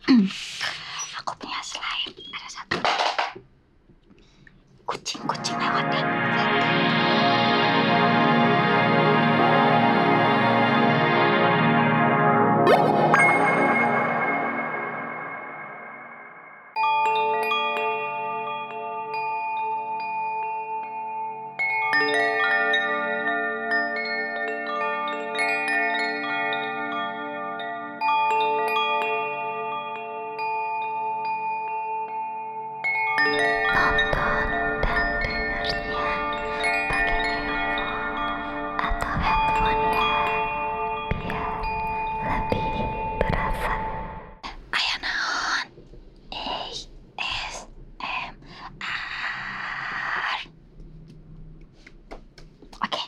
Aku punya slime. Ada satu. Kucing lewat ya. Nonton dan dengarnya pakai earphone atau headphone ya, biar lebih berasa. Ayo naon ASMR. Oke.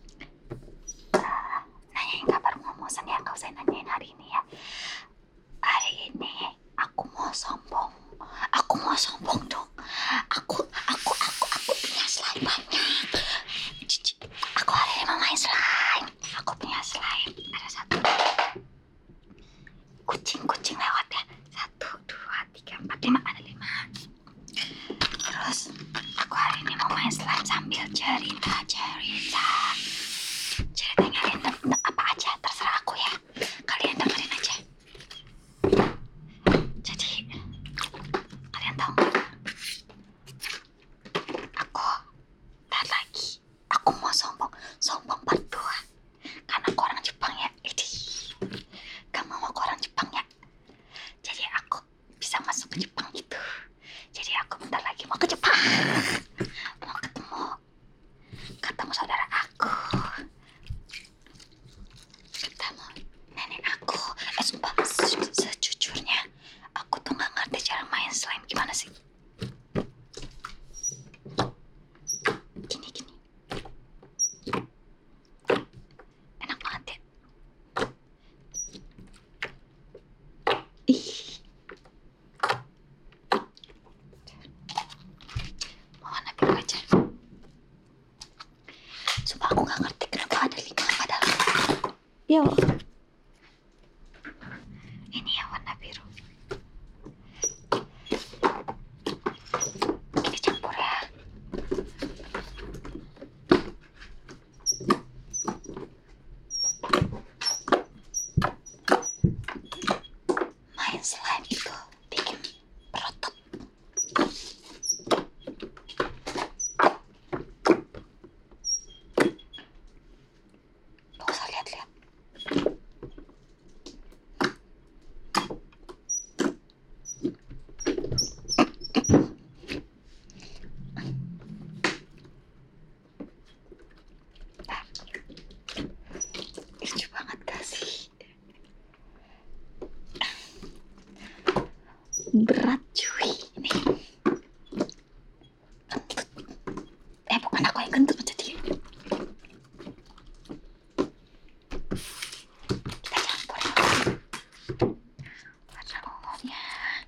Nanyain kabar ngomosan ya, gak usah nanyain hari ini ya. Hari ini aku mau sombong dong. Aku punya slime banyak. Aku hari ini mau main slime. Aku punya slime. Ada satu. Kucing lewat ya. 1, 2, 3, 4, 5. Ada 5. Terus aku hari ini mau main slime sambil cerita. Ceritanya kalian apa aja, terserah aku ya. Kalian dengerin aja. Jadi kalian tahu nggak? Aku mau sombong part 2. Karena aku orang Jepang ya. Kamu mau ke orang Jepang ya? Jadi aku bisa masuk ke Jepang gitu. Jadi aku bentar lagi mau ke Jepang. Mau ketemu saudara aku. Ketemu nenek aku. Sumpah, sejujurnya aku tuh gak ngerti cara main slime gimana sih. Gini. Enak banget ya. Mau warna biru aja. Sumpah aku gak ngerti kenapa ada 5 padahal. Yo. Ini ya warna biru. Kita campur ya. Main slime itu bikin berotot. Gak usah lihat-lihat. Lucu banget gak sih? Berat cuy ini. Kentut. Bukan aku yang kentut macam dia. Kita campur ya. Warna ungunya.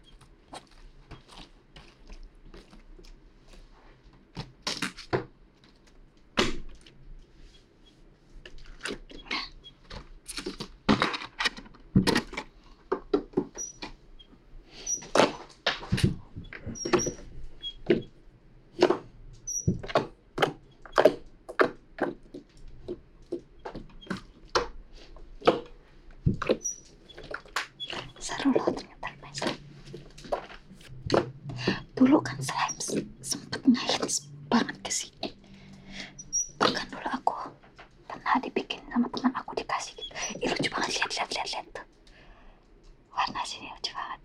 Seru loh ternyata main slime. Dulu kan slime sempet ngehits banget ke sini. Bahkan dulu aku pernah dibikin sama teman aku, dikasih gitu. Lucu banget sih, lihat tuh. Warna sini lucu banget.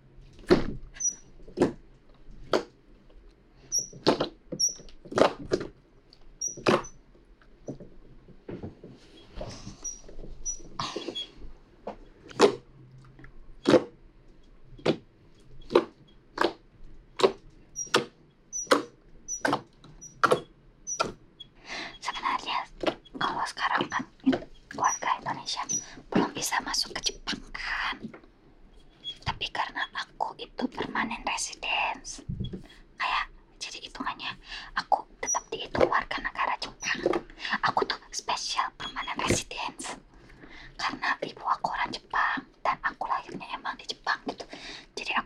Sebenarnya kalau sekarang kan warga Indonesia belum bisa masuk ke Jepang kan. Tapi karena aku itu permanent residence, kayak jadi hitungannya aku tetap dihitung warga negara Jepang. Aku tuh special permanent residence karena ibu aku orang Jepang dan aku lahirnya emang di Jepang gitu. Jadi aku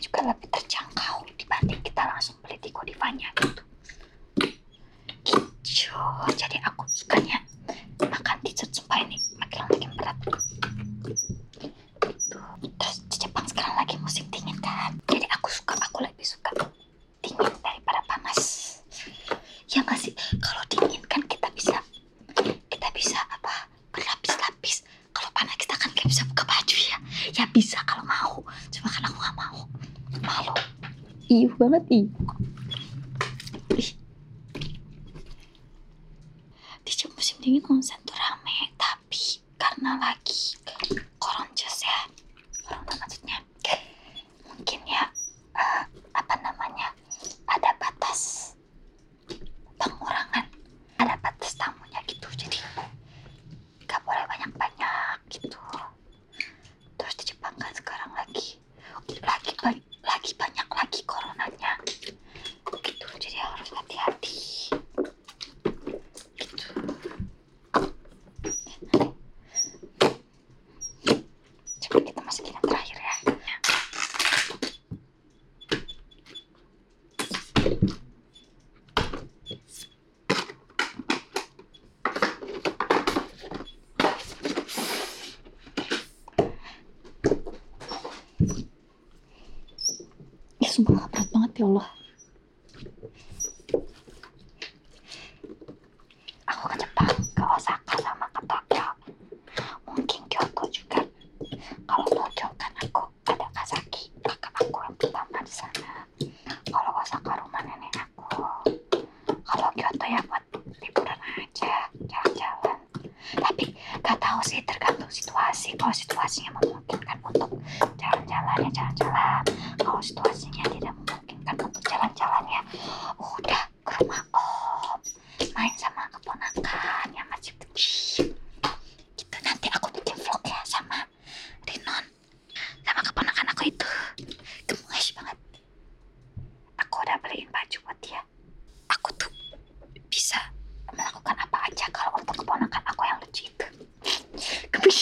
juga lebih terjangkau dibanding kita langsung beli di Godivanya gitu. Jadi aku sukanya makan dessert, supaya ini makin berat gitu. Terus di Jepang sekarang lagi musim dingin kan, jadi aku lebih suka dingin daripada panas ya nggak sih. Kalau dingin kan kita bisa apa, berlapis-lapis. Kalau panas kita kan nggak bisa buka baju ya bisa kalau mau, cuma kan aku nggak mau, malu, banget ih. Di musim dingin onsen tuh rame, tapi karena lagi koronces ya, corona maksudnya, mungkin ya apa namanya, ada batas pengurangan, ada batas tamunya gitu, jadi gak boleh banyak-banyak gitu. Terus di Jepang kan sekarang lagi banyak lagi coronanya gitu, jadi harus hati-hati gitu. Coba kita masukin yang terakhir ya. Sumpah berat banget ya Allah. Aku ke Jepang, ke Osaka sama ke Tokyo, mungkin Kyoto juga. Kalau Tokyo kan aku ada Kazaki, kakak aku yang pertama di sana. Kalau Osaka rumah nenek aku. Kalau Kyoto ya buat liburan aja, jalan-jalan. Tapi gak tahu sih, tergantung situasi. Kalau situasinya memungkinkan untuk jalan-jalan ya jalan-jalan. Kalau situasinya tidak memungkinkan untuk jalan-jalan ya udah ke rumah om, main sama keponakan yang masih kecil gitu. Nanti aku bikin vlog ya sama Rinon, sama keponakan aku itu gemes banget. Aku udah beliin baju buat dia. Aku tuh bisa melakukan apa aja kalau untuk keponakan aku yang lucu itu. Gemes.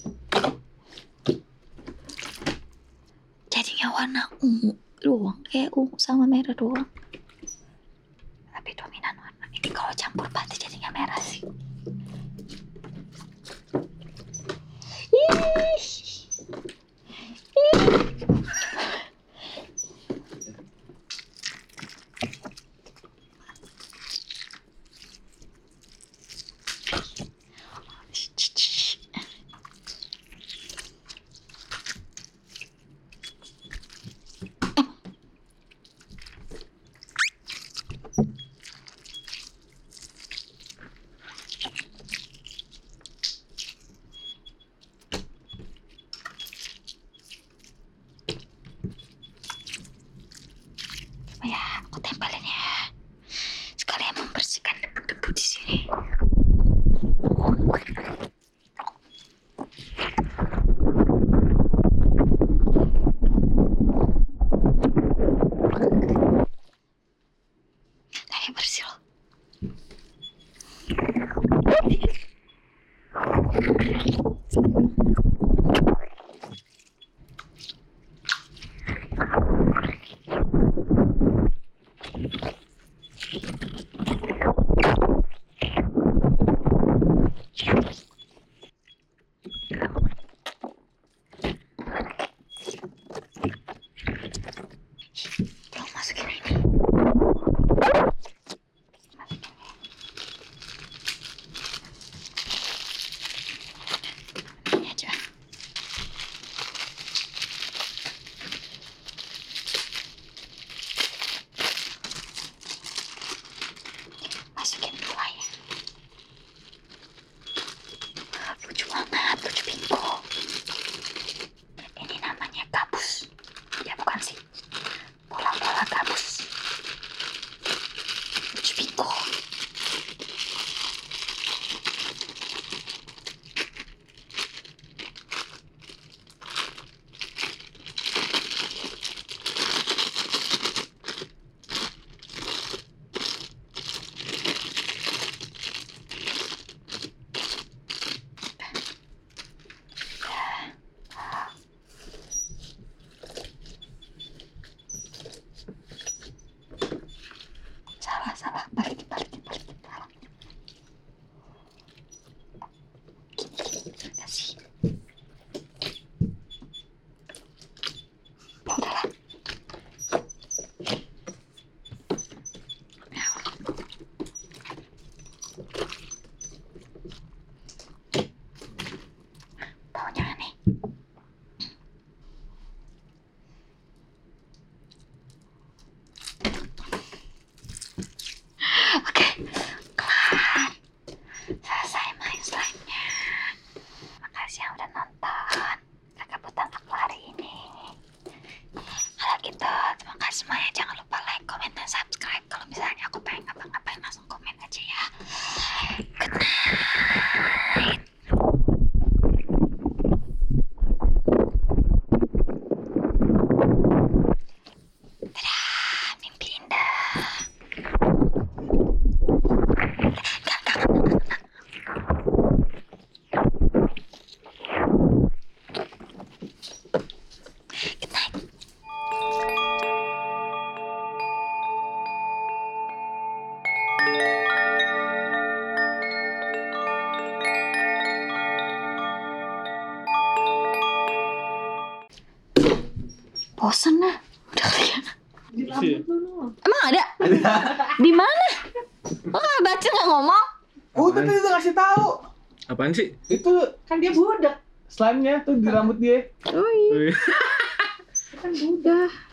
Jadinya warna ungu doang, kayak ungu sama merah doang, tapi dominan warna ini. Kalau campur pasti jadinya merah sih. Bosen nah. Udah ya. Di rambut lu. Emang ada? Di mana? Lo nggak baca nggak ngomong? Oh, tapi udah ngasih tahu. Apaan sih? Itu Kan dia budak. slime-nya tuh di rambut dia. Oh iya. Wih. Kan budak.